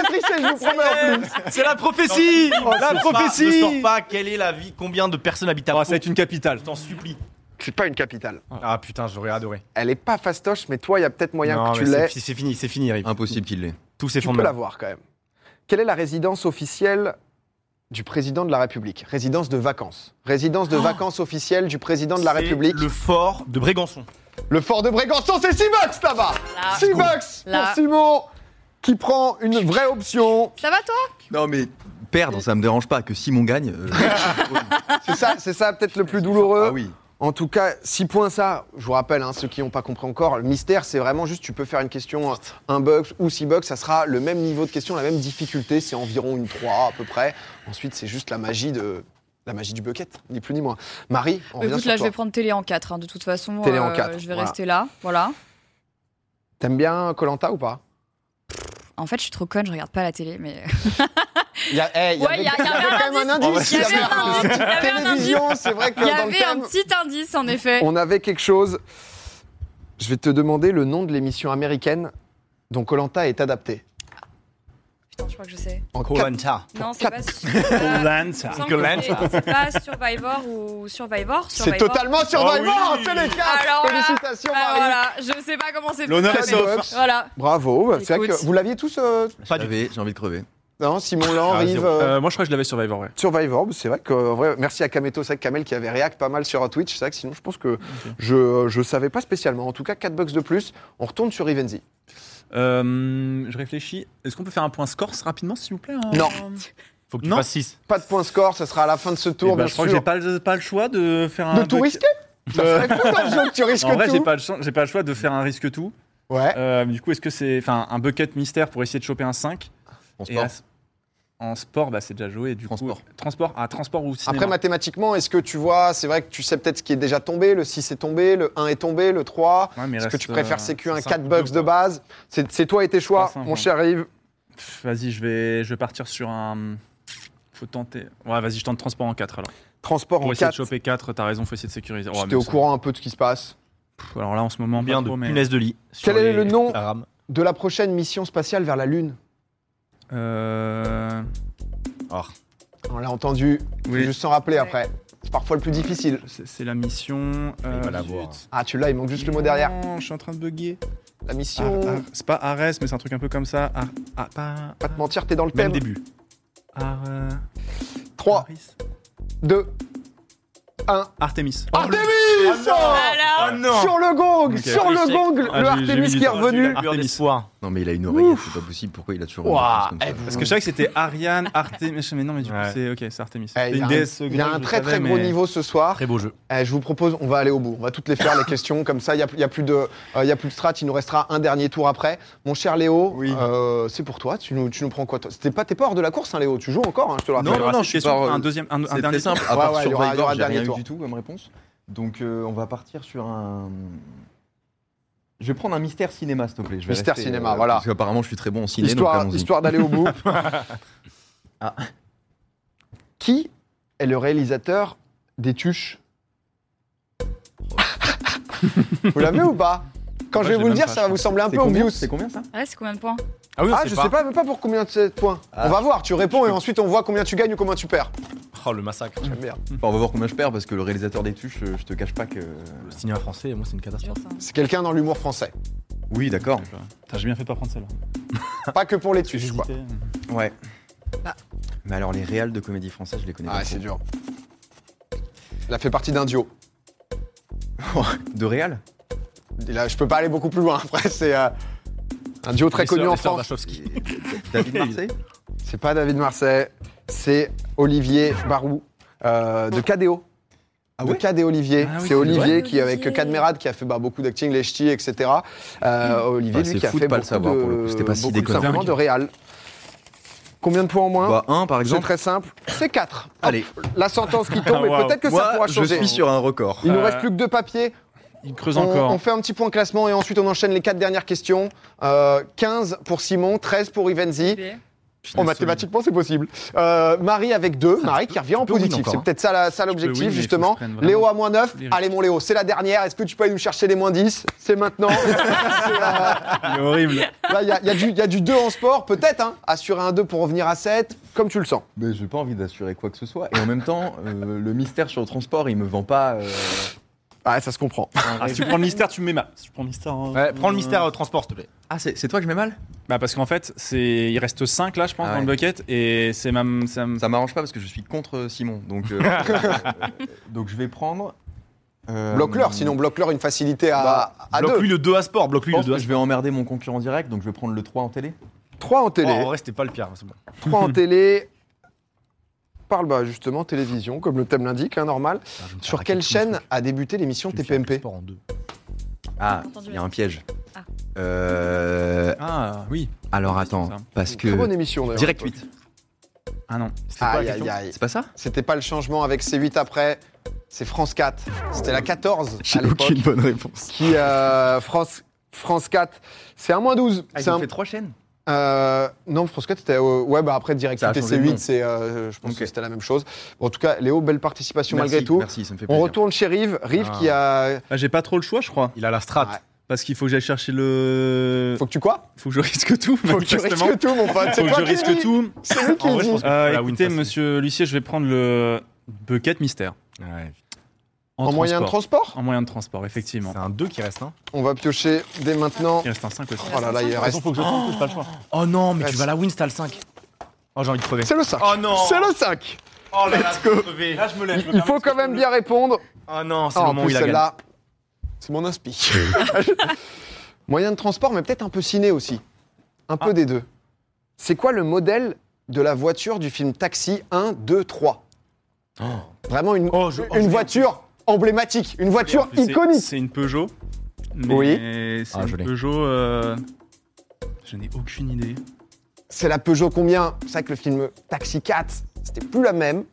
[SPEAKER 1] tricher, je vous promets en plus.
[SPEAKER 4] C'est la prophétie. La prophétie.
[SPEAKER 5] Ne sors pas, quelle est la vie, combien de personnes habitent à Pau?
[SPEAKER 4] Ça va être une capitale.
[SPEAKER 5] Je t'en supplie.
[SPEAKER 1] C'est pas une capitale.
[SPEAKER 5] Ah putain, j'aurais adoré.
[SPEAKER 1] Elle est pas fastoche, mais toi, il y a peut-être moyen
[SPEAKER 5] Non,
[SPEAKER 1] que tu
[SPEAKER 5] mais
[SPEAKER 1] l'aies.
[SPEAKER 5] c'est fini, Rive.
[SPEAKER 2] Impossible qu'il l'ait.
[SPEAKER 5] Tous ces
[SPEAKER 1] Tu
[SPEAKER 5] fonds
[SPEAKER 1] peux l'avoir quand même. Quelle est la résidence officielle du président de la République? Résidence de vacances. Résidence de vacances officielle du président de la République.
[SPEAKER 5] Le fort de Brégançon.
[SPEAKER 1] Le fort de Brégançon, c'est 6 bucks là-bas.
[SPEAKER 3] Là.
[SPEAKER 1] 6 bucks pour
[SPEAKER 3] Là.
[SPEAKER 1] Simon, qui prend une vraie option.
[SPEAKER 3] Ça va toi?
[SPEAKER 2] Non, mais perdre, ça me dérange pas. Que Simon gagne.
[SPEAKER 1] C'est ça peut-être le plus douloureux.
[SPEAKER 2] Ah oui.
[SPEAKER 1] En tout cas, 6 points, ça, je vous rappelle, hein, ceux qui n'ont pas compris encore, le mystère, c'est vraiment juste, tu peux faire une question 1 bucks ou 6 bucks, ça sera le même niveau de question, la même difficulté, c'est environ une 3 à peu près. Ensuite, c'est juste la magie du bucket, ni plus ni moins. Marie, on revient
[SPEAKER 3] Écoute,
[SPEAKER 1] sur
[SPEAKER 3] là,
[SPEAKER 1] toi.
[SPEAKER 3] je vais prendre télé en 4, hein, de toute façon.
[SPEAKER 1] Télé en 4,
[SPEAKER 3] Je vais
[SPEAKER 1] voilà.
[SPEAKER 3] rester là, voilà.
[SPEAKER 1] T'aimes bien Koh-Lanta ou pas?
[SPEAKER 3] En fait, je suis trop conne, je regarde pas la télé, mais.
[SPEAKER 1] Il y avait
[SPEAKER 3] Ouais, il y avait
[SPEAKER 1] quand même un indice.
[SPEAKER 3] Il y avait un indice, il y avait un
[SPEAKER 1] Télévision, c'est vrai que
[SPEAKER 3] Il y
[SPEAKER 1] dans le
[SPEAKER 3] avait un
[SPEAKER 1] thème,
[SPEAKER 3] petit indice, en effet.
[SPEAKER 1] on avait quelque chose. Je vais te demander le nom de l'émission américaine dont Koh-Lanta est adapté.
[SPEAKER 3] Putain, je crois que je sais.
[SPEAKER 1] En quatre-
[SPEAKER 5] Koh-Lanta.
[SPEAKER 3] Non, c'est pas.
[SPEAKER 4] Koh-Lanta.
[SPEAKER 3] Il me semble que c'est pas Survivor ou Survivor.
[SPEAKER 1] C'est totalement Survivor,
[SPEAKER 5] Oh oui.
[SPEAKER 1] c'est les 4.
[SPEAKER 3] Alors là,
[SPEAKER 1] Félicitations,
[SPEAKER 3] Ah,
[SPEAKER 1] Marie.
[SPEAKER 3] voilà, je sais pas comment c'est.
[SPEAKER 4] L'honneur
[SPEAKER 3] fait,
[SPEAKER 4] est
[SPEAKER 3] mais-
[SPEAKER 4] sauf.
[SPEAKER 3] Voilà.
[SPEAKER 1] Bravo, c'est vrai
[SPEAKER 3] Écoute.
[SPEAKER 1] que vous l'aviez tous.
[SPEAKER 5] Pas du tout.
[SPEAKER 2] J'ai envie de crever.
[SPEAKER 1] Non, Simon Lan,
[SPEAKER 5] Ah,
[SPEAKER 1] Rive,
[SPEAKER 5] zéro.
[SPEAKER 4] Moi, je crois que je l'avais Survivor, ouais.
[SPEAKER 1] Survivor, c'est vrai que en vrai, merci à Kameto, c'est vrai que Kamel qui avait réact pas mal sur Twitch, c'est vrai que sinon je pense que je savais pas spécialement. En tout cas, 4 bucks de plus, on retourne sur Rivenzi.
[SPEAKER 4] Je réfléchis. Est-ce qu'on peut faire un point score rapidement, s'il vous plaît?
[SPEAKER 1] Non.
[SPEAKER 5] Faut que tu
[SPEAKER 4] Non.
[SPEAKER 5] fasses 6.
[SPEAKER 1] Pas de point score, ça sera à la fin de ce tour, bien
[SPEAKER 4] Je crois
[SPEAKER 1] sûr.
[SPEAKER 4] que j'ai pas le choix de faire un.
[SPEAKER 1] De tout risquer Ça serait fou dans le jeu que tu risques
[SPEAKER 4] En vrai,
[SPEAKER 1] tout.
[SPEAKER 4] j'ai pas le choix de faire un risque tout.
[SPEAKER 1] Ouais.
[SPEAKER 4] Du coup, est-ce que c'est un bucket mystère pour essayer de choper un 5?
[SPEAKER 2] En
[SPEAKER 4] Et
[SPEAKER 2] sport.
[SPEAKER 4] en sport, bah, c'est déjà joué. Du
[SPEAKER 2] Transport.
[SPEAKER 4] Coup, transport ou cinéma.
[SPEAKER 1] Après, mathématiquement, est-ce que tu vois, c'est vrai que tu sais peut-être ce qui est déjà tombé, le 6 est tombé, le 1 est tombé, le 3.
[SPEAKER 4] Ouais, mais
[SPEAKER 1] Est-ce que
[SPEAKER 4] reste,
[SPEAKER 1] tu préfères sécu un
[SPEAKER 5] c'est
[SPEAKER 1] 4
[SPEAKER 5] simple,
[SPEAKER 1] bucks de base C'est toi et tes choix,
[SPEAKER 4] Pas simple,
[SPEAKER 1] mon
[SPEAKER 4] hein.
[SPEAKER 1] cher Yves.
[SPEAKER 4] Vas-y, je vais partir sur un. Faut tenter. Ouais, vas-y, je tente transport en 4 alors.
[SPEAKER 1] Transport
[SPEAKER 4] Pour
[SPEAKER 1] en
[SPEAKER 4] essayer
[SPEAKER 1] 4.
[SPEAKER 4] de choper 4, t'as raison, faut essayer de sécuriser. Ouais,
[SPEAKER 1] J'étais
[SPEAKER 4] mais
[SPEAKER 1] au
[SPEAKER 4] ça-
[SPEAKER 1] courant un peu de ce qui se passe.
[SPEAKER 4] Alors là, en ce moment,
[SPEAKER 5] Bien
[SPEAKER 4] pas
[SPEAKER 5] de
[SPEAKER 4] trop, mais.
[SPEAKER 5] punaises de lit.
[SPEAKER 1] Quel est le nom
[SPEAKER 5] La rame.
[SPEAKER 1] De la prochaine mission spatiale vers la Lune. On l'a entendu,
[SPEAKER 4] Oui.
[SPEAKER 1] juste s'en rappeler
[SPEAKER 3] Ouais.
[SPEAKER 1] après. C'est parfois le plus difficile.
[SPEAKER 4] C'est la mission.
[SPEAKER 5] Il va l'avoir.
[SPEAKER 1] Ah, tu l'as, il manque juste le mot derrière.
[SPEAKER 4] Non, je suis en train de bugger.
[SPEAKER 1] La mission,
[SPEAKER 4] C'est pas Ares, mais c'est un truc un peu comme ça.
[SPEAKER 1] pas te mentir, t'es dans le
[SPEAKER 5] Même
[SPEAKER 1] thème.
[SPEAKER 5] début.
[SPEAKER 1] 3,
[SPEAKER 4] Aris.
[SPEAKER 1] 2, 1.
[SPEAKER 4] Artemis.
[SPEAKER 1] Artemis
[SPEAKER 3] Voilà.
[SPEAKER 5] Oh non.
[SPEAKER 1] Sur le gong,
[SPEAKER 4] Ok.
[SPEAKER 1] sur le gong,
[SPEAKER 4] Ah,
[SPEAKER 1] le
[SPEAKER 4] j'ai
[SPEAKER 1] Artemis
[SPEAKER 4] mis du
[SPEAKER 1] qui est
[SPEAKER 4] temps,
[SPEAKER 1] revenu.
[SPEAKER 5] Lueur
[SPEAKER 4] Artemis.
[SPEAKER 5] d'espoir.
[SPEAKER 2] Non, mais il a une oreillette, c'est pas possible. Pourquoi il a toujours une
[SPEAKER 1] Ouah,
[SPEAKER 2] réponse comme ça
[SPEAKER 1] vous-
[SPEAKER 4] Parce que je savais que c'était Ariane, Artemis. Mais non, mais du coup,
[SPEAKER 5] Ouais.
[SPEAKER 4] c'est ok, c'est Artemis.
[SPEAKER 1] Eh,
[SPEAKER 4] C'est
[SPEAKER 1] il y a
[SPEAKER 4] une
[SPEAKER 1] un-
[SPEAKER 4] déesse
[SPEAKER 1] il y a
[SPEAKER 4] grecque,
[SPEAKER 1] un
[SPEAKER 4] je
[SPEAKER 1] très
[SPEAKER 4] savais,
[SPEAKER 1] très gros
[SPEAKER 4] mais-
[SPEAKER 1] niveau ce soir.
[SPEAKER 5] Très beau jeu.
[SPEAKER 1] Je vous propose, on va aller au bout. On va toutes les faire, les questions. Comme ça, il n'y a, plus de strat. Il nous restera un dernier tour après. Mon cher Léo,
[SPEAKER 2] Oui.
[SPEAKER 1] c'est pour toi. Tu nous prends quoi toi T'es pas hors de la course, hein, Léo. Tu joues encore, hein, je te le rappelle.
[SPEAKER 2] Non, non, non,
[SPEAKER 4] Cette
[SPEAKER 2] je suis
[SPEAKER 4] question,
[SPEAKER 2] pas.
[SPEAKER 4] un deuxième, un
[SPEAKER 2] C'est
[SPEAKER 4] dernier
[SPEAKER 2] très simple.
[SPEAKER 4] tour.
[SPEAKER 2] À part
[SPEAKER 1] Ouais, ouais, il y aura
[SPEAKER 2] Survivor,
[SPEAKER 1] un
[SPEAKER 2] j'ai
[SPEAKER 1] dernier
[SPEAKER 2] rien eu
[SPEAKER 1] tour.
[SPEAKER 2] du tout comme réponse. Donc, on va partir sur un. Je vais prendre un mystère cinéma, s'il te plaît. Je vais
[SPEAKER 1] Mystère
[SPEAKER 2] rester,
[SPEAKER 1] cinéma, voilà.
[SPEAKER 2] Parce qu'apparemment, je suis très bon en ciné. donc
[SPEAKER 1] Histoire,
[SPEAKER 2] allons-y.
[SPEAKER 1] histoire d'aller au bout.
[SPEAKER 2] Ah.
[SPEAKER 1] Qui est le réalisateur des Tuches Vous l'avez ou pas Quand je vais
[SPEAKER 4] je
[SPEAKER 1] vous
[SPEAKER 4] l'ai
[SPEAKER 1] le dire,
[SPEAKER 4] même pas,
[SPEAKER 1] ça va
[SPEAKER 4] je
[SPEAKER 1] vous sembler un
[SPEAKER 2] C'est
[SPEAKER 1] peu
[SPEAKER 2] combien
[SPEAKER 1] obvious.
[SPEAKER 2] C'est combien ça
[SPEAKER 3] Ouais, c'est combien de points?
[SPEAKER 5] Ah oui,
[SPEAKER 1] Ah, je sais pas, même pas pour combien de points.
[SPEAKER 2] Ah.
[SPEAKER 1] On va voir, tu réponds et ensuite on voit combien tu gagnes ou combien tu perds.
[SPEAKER 5] Oh, le massacre.
[SPEAKER 1] J'aime bien.
[SPEAKER 2] Enfin, on va voir combien je perds parce que le réalisateur des tuches, je te cache pas que.
[SPEAKER 5] Le cinéma français, moi, c'est une
[SPEAKER 3] Dur,
[SPEAKER 5] catastrophe.
[SPEAKER 3] ça.
[SPEAKER 1] C'est quelqu'un dans l'humour français.
[SPEAKER 2] Oui, d'accord.
[SPEAKER 4] Putain, j'ai bien fait de pas prendre celle-là.
[SPEAKER 1] Pas que pour les Tuches, quoi.
[SPEAKER 4] J'hésitais.
[SPEAKER 2] Ouais.
[SPEAKER 3] Bah.
[SPEAKER 2] Mais alors, les réals de comédie française, je les connais
[SPEAKER 1] Ah,
[SPEAKER 2] pas.
[SPEAKER 1] c'est
[SPEAKER 2] trop.
[SPEAKER 1] dur. Il a fait partie d'un duo.
[SPEAKER 2] De réal
[SPEAKER 1] Et là, je peux pas aller beaucoup plus loin. Après, c'est un duo très connu en France.
[SPEAKER 2] David Marseille
[SPEAKER 1] C'est pas David Marseille, c'est Olivier Barou de KDO.
[SPEAKER 2] Ah
[SPEAKER 1] de
[SPEAKER 2] ouais
[SPEAKER 1] Cad et Olivier.
[SPEAKER 4] Ah oui,
[SPEAKER 1] c'est
[SPEAKER 4] c'est
[SPEAKER 1] Olivier
[SPEAKER 3] vrai.
[SPEAKER 1] qui, avec
[SPEAKER 3] Olivier.
[SPEAKER 1] Cadmerade, qui a fait beaucoup d'acting, les ch'tis, etc. Olivier,
[SPEAKER 2] Bah,
[SPEAKER 1] lui,
[SPEAKER 2] c'est
[SPEAKER 1] qui a
[SPEAKER 2] fou de
[SPEAKER 1] fait
[SPEAKER 2] pas le
[SPEAKER 1] beaucoup
[SPEAKER 2] savoir, pour le coup. C'était pas si
[SPEAKER 1] beaucoup
[SPEAKER 2] déconnant.
[SPEAKER 1] simplement de réal. Combien de points en moins
[SPEAKER 2] Bah, un par
[SPEAKER 1] C'est
[SPEAKER 2] exemple.
[SPEAKER 1] très simple. C'est 4.
[SPEAKER 2] Allez.
[SPEAKER 1] La sentence qui tombe, et
[SPEAKER 4] Waouh.
[SPEAKER 1] peut-être que ça
[SPEAKER 2] Moi,
[SPEAKER 1] pourra
[SPEAKER 2] je
[SPEAKER 1] changer.
[SPEAKER 2] suis sur un record.
[SPEAKER 1] Il nous reste plus que 2 papiers.
[SPEAKER 4] Il creuse
[SPEAKER 1] On,
[SPEAKER 4] encore.
[SPEAKER 1] on fait un petit point classement et ensuite on enchaîne les 4 dernières questions. 15 pour Simon, 13 pour Ivenzi. Mathématiquement, c'est possible. Marie avec 2. Marie qui revient en positif.
[SPEAKER 5] encore,
[SPEAKER 1] C'est
[SPEAKER 5] hein.
[SPEAKER 1] peut-être ça l'objectif,
[SPEAKER 4] win, mais
[SPEAKER 1] justement.
[SPEAKER 4] faut que je prenne vraiment
[SPEAKER 1] Léo à moins 9.
[SPEAKER 4] les
[SPEAKER 1] Allez, mon Léo, c'est la dernière. Est-ce que tu peux aller nous chercher les moins 10 ? C'est maintenant.
[SPEAKER 4] Il est horrible.
[SPEAKER 1] Là, il y a du 2 en sport, peut-être, hein. Assurer un 2 pour revenir à 7, comme tu le sens.
[SPEAKER 2] Mais j'ai pas envie d'assurer quoi que ce soit. Et en même temps, le mystère sur le transport, il me vend pas.
[SPEAKER 1] Ouais, ça se comprend.
[SPEAKER 4] Ah, si tu prends le mystère, tu me mets mal. Si tu prends le mystère.
[SPEAKER 5] Ouais, prends le mystère transport, s'il te plaît.
[SPEAKER 2] Ah, c'est toi que je mets mal ?
[SPEAKER 4] Bah, parce qu'en fait, il reste 5 là, je pense,
[SPEAKER 2] Ah
[SPEAKER 4] dans le
[SPEAKER 2] ouais.
[SPEAKER 4] bucket. Et c'est même.
[SPEAKER 2] Ça m'arrange pas parce que je suis contre Simon. Donc, donc je vais prendre.
[SPEAKER 1] Bloque-leur, sinon bloque-leur une facilité à 2.
[SPEAKER 5] Bloque-lui le 2 à sport,
[SPEAKER 2] Je
[SPEAKER 5] bloque-lui le
[SPEAKER 2] pense
[SPEAKER 5] 2 à
[SPEAKER 2] que je vais emmerder mon concurrent direct, donc je vais prendre le 3 en télé.
[SPEAKER 1] 3 en
[SPEAKER 5] sport.
[SPEAKER 1] télé.
[SPEAKER 5] En vrai, c'était pas le pire, c'est bon.
[SPEAKER 1] 3 en télé. Parle justement télévision, comme le thème l'indique, hein, normal. Sur quelle chaîne a débuté l'émission TPMP ?
[SPEAKER 5] Sport en 2.
[SPEAKER 2] Ah,
[SPEAKER 3] Entendu.
[SPEAKER 2] il y a un piège.
[SPEAKER 3] Ah.
[SPEAKER 4] Ah, oui.
[SPEAKER 2] Alors attends,
[SPEAKER 4] Ça.
[SPEAKER 2] parce
[SPEAKER 1] Très bonne
[SPEAKER 2] que.
[SPEAKER 1] émission d'ailleurs.
[SPEAKER 2] Direct 8.
[SPEAKER 4] Ah non.
[SPEAKER 1] Aïe, aïe, aïe.
[SPEAKER 2] C'est pas ça ?
[SPEAKER 1] C'était pas le changement avec C8 après. C'est France 4. C'était la 14 à
[SPEAKER 2] J'ai
[SPEAKER 1] l'époque.
[SPEAKER 2] aucune bonne réponse.
[SPEAKER 1] Qui, France 4. C'est un moins 12.
[SPEAKER 2] Ah,
[SPEAKER 1] C'est
[SPEAKER 2] ils ont
[SPEAKER 1] un-
[SPEAKER 2] fait 3 chaînes ?
[SPEAKER 1] non, France 4, c'était. Ouais, bah après, Direct
[SPEAKER 2] Ça a
[SPEAKER 1] 8 et
[SPEAKER 2] changé de nom.
[SPEAKER 1] C8, je pense
[SPEAKER 2] Ok.
[SPEAKER 1] que c'était la même chose. Bon, en tout cas, Léo, belle participation
[SPEAKER 2] Merci,
[SPEAKER 1] malgré tout.
[SPEAKER 2] Merci, ça me fait
[SPEAKER 1] On
[SPEAKER 2] plaisir.
[SPEAKER 1] retourne chez Rive. Rive qui a.
[SPEAKER 4] Ah, j'ai pas trop le choix, je crois.
[SPEAKER 5] Il a la strat.
[SPEAKER 1] Ouais.
[SPEAKER 4] Parce qu'il faut que j'aille chercher le.
[SPEAKER 1] Faut que tu quoi ?
[SPEAKER 4] Faut que je risque tout.
[SPEAKER 1] Faut que tu
[SPEAKER 4] manifestement.
[SPEAKER 1] risques tout, mon pote.
[SPEAKER 4] Faut
[SPEAKER 1] C'est
[SPEAKER 4] que
[SPEAKER 1] toi
[SPEAKER 4] je
[SPEAKER 1] qui
[SPEAKER 4] risque
[SPEAKER 1] le dis.
[SPEAKER 4] tout.
[SPEAKER 1] C'est lui qui
[SPEAKER 5] En
[SPEAKER 1] le
[SPEAKER 5] vrai, je
[SPEAKER 1] dit.
[SPEAKER 5] pense que- Voilà, win
[SPEAKER 4] Écoutez,
[SPEAKER 5] facile.
[SPEAKER 4] monsieur l'huissier, je vais prendre le bucket mystère.
[SPEAKER 5] Ouais.
[SPEAKER 1] En moyen de transport ?
[SPEAKER 4] En moyen de transport, effectivement.
[SPEAKER 5] C'est un 2 qui reste, hein.
[SPEAKER 1] On va piocher dès maintenant.
[SPEAKER 4] Il reste un 5 aussi.
[SPEAKER 1] Oh là là, il reste.
[SPEAKER 5] faut que je prenne, j'ai pas le choix. Oh non, mais
[SPEAKER 1] Ouais,
[SPEAKER 5] tu vas la win, t'as le 5. Oh, j'ai envie de crever.
[SPEAKER 1] C'est le 5.
[SPEAKER 5] Oh non.
[SPEAKER 1] C'est le 5.
[SPEAKER 5] Oh là là,
[SPEAKER 1] Let's go.
[SPEAKER 5] crever.
[SPEAKER 4] Là, je me lève.
[SPEAKER 1] Il faut quand même bien répondre.
[SPEAKER 5] Oh non, c'est
[SPEAKER 1] Ah,
[SPEAKER 5] le
[SPEAKER 1] en
[SPEAKER 5] moment où
[SPEAKER 1] plus,
[SPEAKER 5] il a gagné.
[SPEAKER 1] celle-là, c'est mon inspi. Moyen de transport, mais peut-être un peu ciné aussi. Un peu des deux. C'est quoi le modèle de la voiture du film Taxi 1, 2, 3 Vraiment une voiture emblématique, une voiture
[SPEAKER 4] C'est-
[SPEAKER 1] iconique.
[SPEAKER 4] C'est une Peugeot. Mais
[SPEAKER 1] Oui.
[SPEAKER 4] C'est
[SPEAKER 5] Ah, je
[SPEAKER 4] une
[SPEAKER 5] l'ai.
[SPEAKER 4] Peugeot. Je n'ai aucune idée.
[SPEAKER 1] C'est la Peugeot combien ? C'est vrai que le film Taxi 4, c'était plus la même.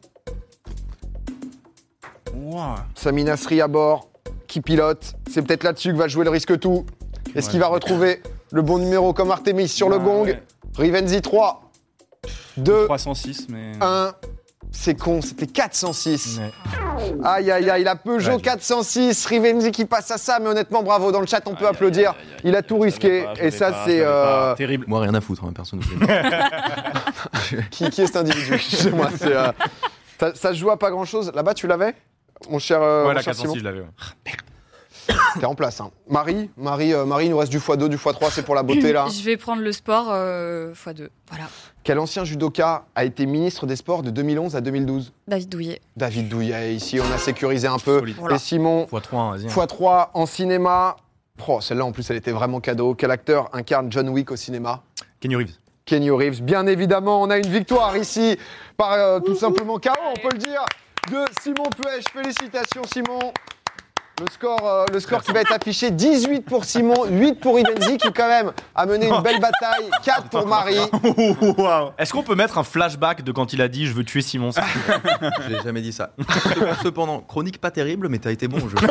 [SPEAKER 4] Wow.
[SPEAKER 1] Sami Nasri à bord, qui pilote. C'est peut-être là-dessus que va jouer le risque tout. Est-ce qu'il va retrouver le bon numéro comme Artemis sur le gong ?
[SPEAKER 4] Ouais.
[SPEAKER 1] Rivenzi 3, 2,
[SPEAKER 4] 306, mais.
[SPEAKER 1] 1. C'est con, c'était 406.
[SPEAKER 5] Ouais.
[SPEAKER 1] Aïe, aïe, aïe, la Peugeot
[SPEAKER 5] Ouais,
[SPEAKER 1] 406, Rivenzi qui passe à ça, mais honnêtement, bravo, dans le chat, on peut applaudir. Il a tout risqué, et ça, c'est...
[SPEAKER 4] Terrible.
[SPEAKER 2] Moi, rien à foutre, hein, personne ne
[SPEAKER 1] Qui est cet individu Excusez-moi, c'est... ça se joue à pas grand-chose. Là-bas, tu l'avais mon cher,
[SPEAKER 5] Ouais,
[SPEAKER 1] mon
[SPEAKER 5] la
[SPEAKER 1] cher
[SPEAKER 5] 406,
[SPEAKER 1] Simon
[SPEAKER 5] je l'avais. Ouais.
[SPEAKER 1] T'es en place, hein. Marie, il nous reste du x2, du x3, c'est pour la beauté, là.
[SPEAKER 3] Je vais prendre le sport x2. Voilà.
[SPEAKER 1] Quel ancien judoka a été ministre des Sports de 2011 à 2012
[SPEAKER 3] David Douillet.
[SPEAKER 1] David Douillet, ici, on a sécurisé un peu.
[SPEAKER 4] Solide.
[SPEAKER 3] Voilà.
[SPEAKER 1] Et Simon,
[SPEAKER 5] x3, vas-y.
[SPEAKER 1] x3 en cinéma. Oh, celle-là, en plus, elle était vraiment cadeau. Quel acteur incarne John Wick au cinéma ?
[SPEAKER 5] Kenny Reeves.
[SPEAKER 1] Kenny Reeves. Bien évidemment, on a une victoire ici par tout simplement KO, on peut le dire, de Simon Puech. Félicitations, Simon. Le score qui va être affiché, 18 pour Simon, 8 pour Rivenzi, qui quand même a mené une belle bataille, 4 pour Marie.
[SPEAKER 5] Est-ce qu'on peut mettre un flashback de quand il a dit je veux tuer Simon ça
[SPEAKER 2] J'ai jamais dit ça. Cependant, chronique pas terrible, mais t'as été bon au jeu.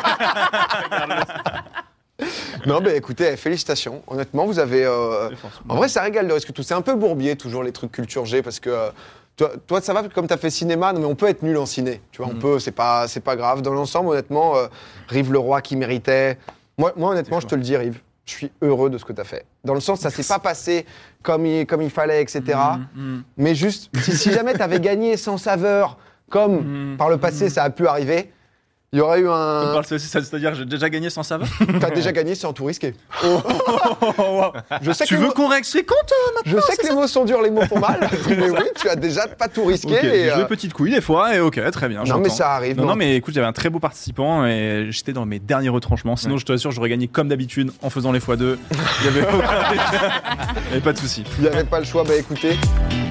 [SPEAKER 1] Non, mais écoutez, félicitations. Honnêtement, vous avez... En vrai, ça régale de risque tout. C'est un peu bourbier, toujours, les trucs culture G, parce que... Toi, ça va, comme tu as fait cinéma, non, mais on peut être nul en ciné. Tu vois, on peut, c'est pas grave. Dans l'ensemble, honnêtement, Rive Leroy qui méritait. Moi honnêtement, je te le dis, Rive, je suis heureux de ce que tu as fait. Dans le sens, ça s'est pas passé comme il fallait, etc. Mais juste, si jamais tu avais gagné sans saveur, comme par le passé, ça a pu arriver, il y aurait eu un...
[SPEAKER 4] C'est-à-dire que j'ai déjà gagné sans saveur.
[SPEAKER 1] T'as déjà gagné sans tout risquer. Je sais
[SPEAKER 4] Tu
[SPEAKER 1] que
[SPEAKER 4] veux
[SPEAKER 1] les mots-
[SPEAKER 4] qu'on règle ses comptes
[SPEAKER 1] Je sais que les mots sont durs, les mots font mal, mais oui, tu as déjà pas tout risqué.
[SPEAKER 4] Ok,
[SPEAKER 1] et,
[SPEAKER 4] j'ai joué petite couille des fois et ok, très bien.
[SPEAKER 1] non, mais
[SPEAKER 4] j'entends.
[SPEAKER 1] ça arrive.
[SPEAKER 4] Non, mais écoute, j'avais un très beau participant et j'étais dans mes derniers retranchements. Sinon, je t'assure, j'aurais gagné comme d'habitude en faisant les x2. Il y avait aucun... Il y avait pas de souci.
[SPEAKER 1] Il n'y avait pas le choix. Bah écoutez,